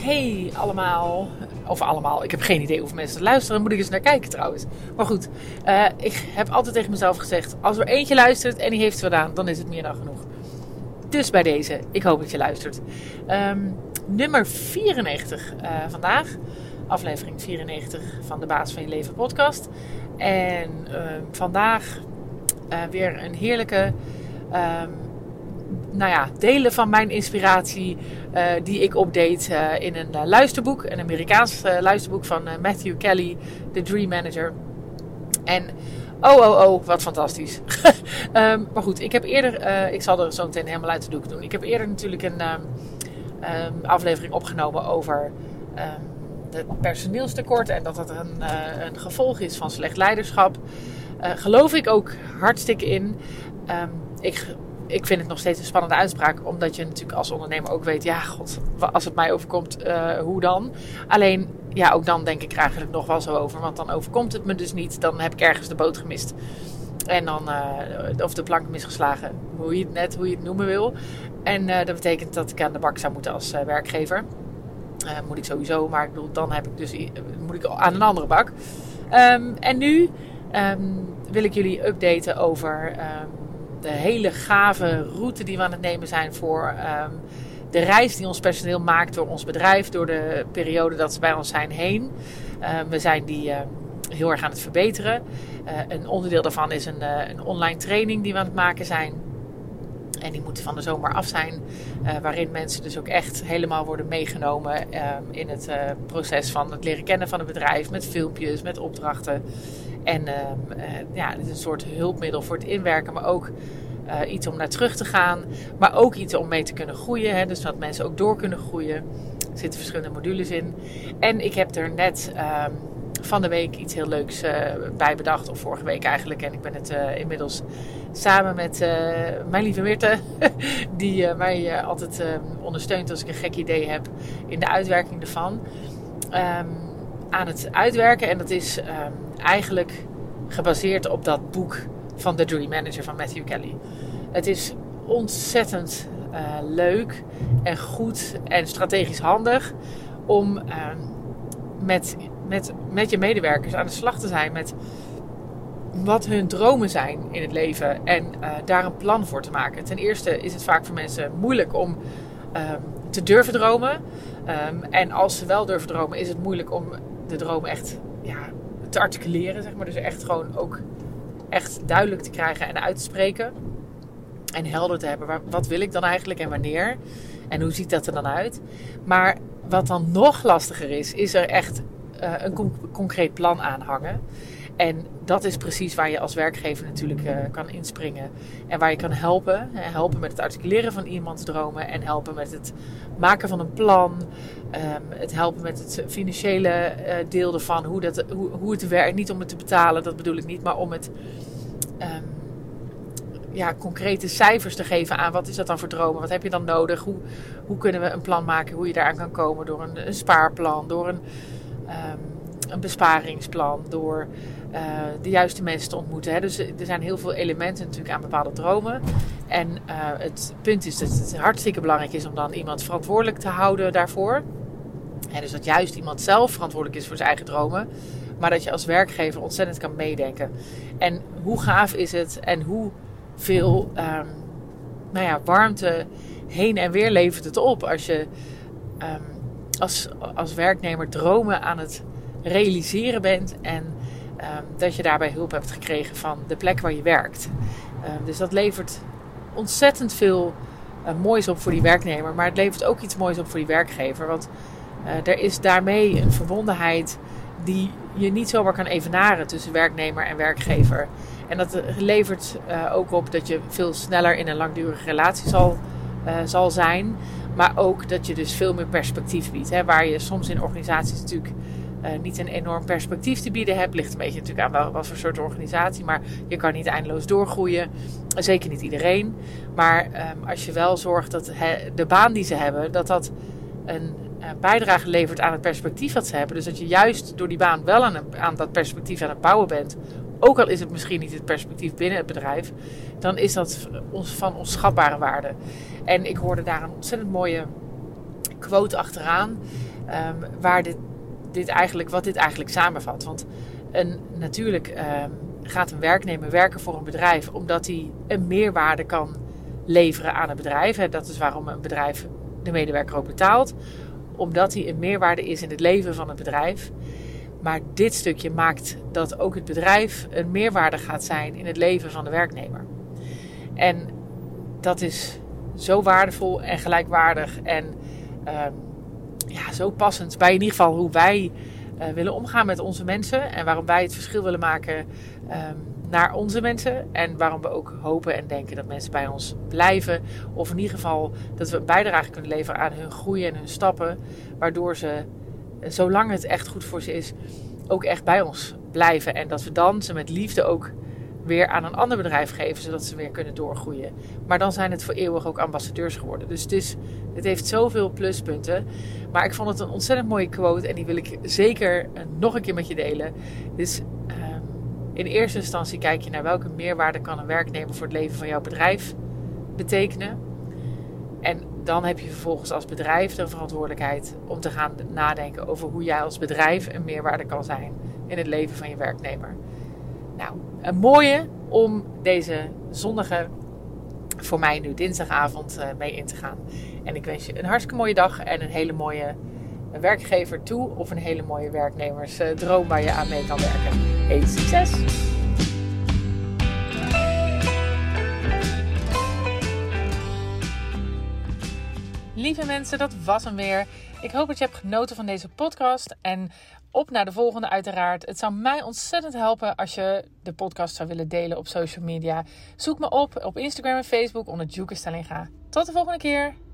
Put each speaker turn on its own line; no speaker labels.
Hey allemaal, of allemaal, ik heb geen idee hoeveel mensen luisteren, moet ik eens naar kijken trouwens. Maar goed, ik heb altijd tegen mezelf gezegd, als er eentje luistert en die heeft het gedaan, dan is het meer dan genoeg. Dus bij deze, ik hoop dat je luistert. Nummer 94 vandaag, aflevering 94 van de Baas van je Leven podcast. En vandaag weer een heerlijke... delen van mijn inspiratie die ik update in een luisterboek. Een Amerikaans luisterboek van Matthew Kelly, The Dream Manager. En wat fantastisch. Maar goed, ik heb eerder, ik zal er zo meteen helemaal uit de doek doen. Ik heb eerder natuurlijk een aflevering opgenomen over het personeelstekort. En dat dat een gevolg is van slecht leiderschap. Geloof ik ook hartstikke in. Ik vind het nog steeds een spannende uitspraak. Omdat je natuurlijk als ondernemer ook weet... Ja, god, als het mij overkomt, hoe dan? Alleen, ja, ook dan denk ik er eigenlijk nog wel zo over. Want dan overkomt het me dus niet. Dan heb ik ergens de boot gemist. En dan, of de plank misgeslagen. Hoe je het noemen wil. En dat betekent dat ik aan de bak zou moeten als werkgever. Moet ik sowieso. Maar ik bedoel, dan heb ik dus, moet ik aan een andere bak. En nu wil ik jullie updaten over... de hele gave route die we aan het nemen zijn voor de reis die ons personeel maakt door ons bedrijf. Door de periode dat ze bij ons zijn heen. We zijn die heel erg aan het verbeteren. Een onderdeel daarvan is een online training die we aan het maken zijn. En die moet van de zomer af zijn. Waarin mensen dus ook echt helemaal worden meegenomen in het proces van het leren kennen van het bedrijf. Met filmpjes, met opdrachten. En dit is een soort hulpmiddel voor het inwerken, maar ook iets om naar terug te gaan. Maar ook iets om mee te kunnen groeien. Hè, dus dat mensen ook door kunnen groeien. Er zitten verschillende modules in. En ik heb er net van de week iets heel leuks bij bedacht. Of vorige week eigenlijk. En ik ben het inmiddels samen met mijn lieve Mirte. Die mij altijd ondersteunt als ik een gek idee heb in de uitwerking ervan. Aan het uitwerken. En dat is eigenlijk gebaseerd op dat boek van The Dream Manager van Matthew Kelly. Het is ontzettend leuk en goed en strategisch handig om met je medewerkers aan de slag te zijn met wat hun dromen zijn in het leven en daar een plan voor te maken. Ten eerste is het vaak voor mensen moeilijk om te durven dromen. En als ze wel durven dromen, is het moeilijk om de droom echt te articuleren, zeg maar. Dus echt gewoon ook echt duidelijk te krijgen en uit te spreken. En helder te hebben, wat wil ik dan eigenlijk en wanneer? En hoe ziet dat er dan uit? Maar wat dan nog lastiger is er echt een concreet plan aan hangen. En dat is precies waar je als werkgever natuurlijk kan inspringen. En waar je kan helpen. Helpen met het articuleren van iemands dromen. En helpen met het maken van een plan. Het helpen met het financiële deel ervan. Hoe het werkt. Niet om het te betalen, dat bedoel ik niet. Maar om het concrete cijfers te geven aan wat is dat dan voor dromen. Wat heb je dan nodig? Hoe kunnen we een plan maken hoe je daaraan kan komen? Door een spaarplan. Door een besparingsplan. Door de juiste mensen te ontmoeten. Hè. Dus er zijn heel veel elementen natuurlijk aan bepaalde dromen. En het punt is dat het hartstikke belangrijk is om dan iemand verantwoordelijk te houden daarvoor. En dus dat juist iemand zelf verantwoordelijk is voor zijn eigen dromen. Maar dat je als werkgever ontzettend kan meedenken. En hoe gaaf is het en hoeveel warmte heen en weer levert het op. Als je als werknemer dromen aan het realiseren bent. En dat je daarbij hulp hebt gekregen van de plek waar je werkt. Dus dat levert ontzettend veel moois op voor die werknemer. Maar het levert ook iets moois op voor die werkgever. Want er is daarmee een verbondenheid die je niet zomaar kan evenaren tussen werknemer en werkgever. En dat levert ook op dat je veel sneller in een langdurige relatie zal zijn. Maar ook dat je dus veel meer perspectief biedt. Hè, waar je soms in organisaties natuurlijk niet een enorm perspectief te bieden hebt. Ligt een beetje natuurlijk aan wat voor soort organisatie. Maar je kan niet eindeloos doorgroeien. Zeker niet iedereen. Maar als je wel zorgt dat de baan die ze hebben, dat een bijdrage levert aan het perspectief dat ze hebben. Dus dat je juist door die baan wel aan dat perspectief aan het bouwen bent. Ook al is het misschien niet het perspectief binnen het bedrijf. Dan is dat van onschatbare waarde. En ik hoorde daar een ontzettend mooie quote achteraan. wat dit eigenlijk samenvat. Want natuurlijk gaat een werknemer werken voor een bedrijf omdat hij een meerwaarde kan leveren aan het bedrijf. En dat is waarom een bedrijf de medewerker ook betaalt. Omdat hij een meerwaarde is in het leven van het bedrijf. Maar dit stukje maakt dat ook het bedrijf een meerwaarde gaat zijn in het leven van de werknemer. En dat is zo waardevol en gelijkwaardig en zo passend bij in ieder geval hoe wij willen omgaan met onze mensen. En waarom wij het verschil willen maken naar onze mensen. En waarom we ook hopen en denken dat mensen bij ons blijven. Of in ieder geval dat we een bijdrage kunnen leveren aan hun groei en hun stappen. Waardoor ze, zolang het echt goed voor ze is, ook echt bij ons blijven. En dat we dan ze met liefde ook weer aan een ander bedrijf geven, zodat ze weer kunnen doorgroeien. Maar dan zijn het voor eeuwig ook ambassadeurs geworden. Dus het heeft zoveel pluspunten. Maar ik vond het een ontzettend mooie quote en die wil ik zeker nog een keer met je delen. Dus in eerste instantie kijk je naar welke meerwaarde kan een werknemer voor het leven van jouw bedrijf betekenen. En dan heb je vervolgens als bedrijf de verantwoordelijkheid om te gaan nadenken over hoe jij als bedrijf een meerwaarde kan zijn in het leven van je werknemer. Nou, een mooie om deze zonnige, voor mij nu dinsdagavond, mee in te gaan. En ik wens je een hartstikke mooie dag en een hele mooie werkgever toe. Of een hele mooie werknemersdroom waar je aan mee kan werken. Hey, succes! Lieve mensen, dat was hem weer. Ik hoop dat je hebt genoten van deze podcast. En op naar de volgende uiteraard. Het zou mij ontzettend helpen als je de podcast zou willen delen op social media. Zoek me op Instagram en Facebook onder Djoeke Stellinga. Tot de volgende keer.